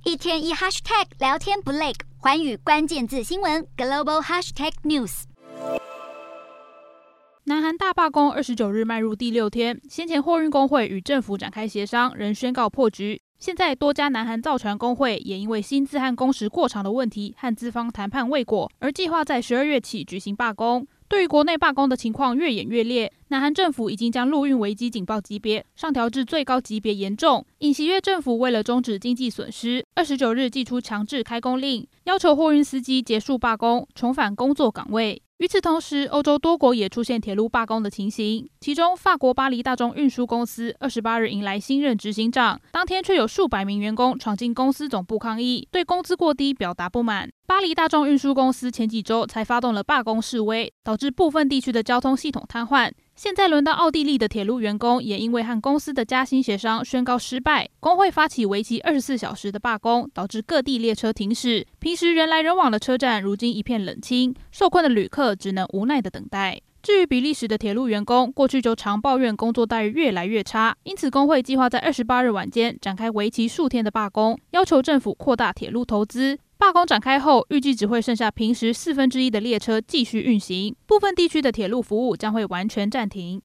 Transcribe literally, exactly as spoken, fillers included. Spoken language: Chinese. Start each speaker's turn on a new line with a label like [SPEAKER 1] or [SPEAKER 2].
[SPEAKER 1] 一天一 hashtag 聊天不累，寰宇关键字新闻 global hashtag news。
[SPEAKER 2] 南韩大罢工二十九日迈入第六天，先前货运工会与政府展开协商，仍宣告破局。现在多家南韩造船工会也因为薪资和工时过长的问题，和资方谈判未果，而计划在十二月起举行罢工。对于国内罢工的情况越演越烈，南韩政府已经将陆运危机警报级别上调至最高级别严重。尹锡悦政府为了终止经济损失，二十九日祭出强制开工令，要求货运司机结束罢工，重返工作岗位。与此同时，欧洲多国也出现铁路罢工的情形，其中法国巴黎大众运输公司二十八日迎来新任执行长，当天却有数百名员工闯进公司总部抗议，对工资过低表达不满。巴黎大众运输公司前几周才发动了罢工示威，导致部分地区的交通系统瘫痪。现在轮到奥地利的铁路员工也因为和公司的加薪协商宣告失败，工会发起为期二十四小时的罢工，导致各地列车停驶。平时人来人往的车站如今一片冷清，受困的旅客只能无奈的等待。至于比利时的铁路员工，过去就常抱怨工作待遇越来越差，因此工会计划在二十八日晚间展开为期数天的罢工，要求政府扩大铁路投资。罢工展开后，预计只会剩下平时四分之一的列车继续运行，部分地区的铁路服务将会完全暂停。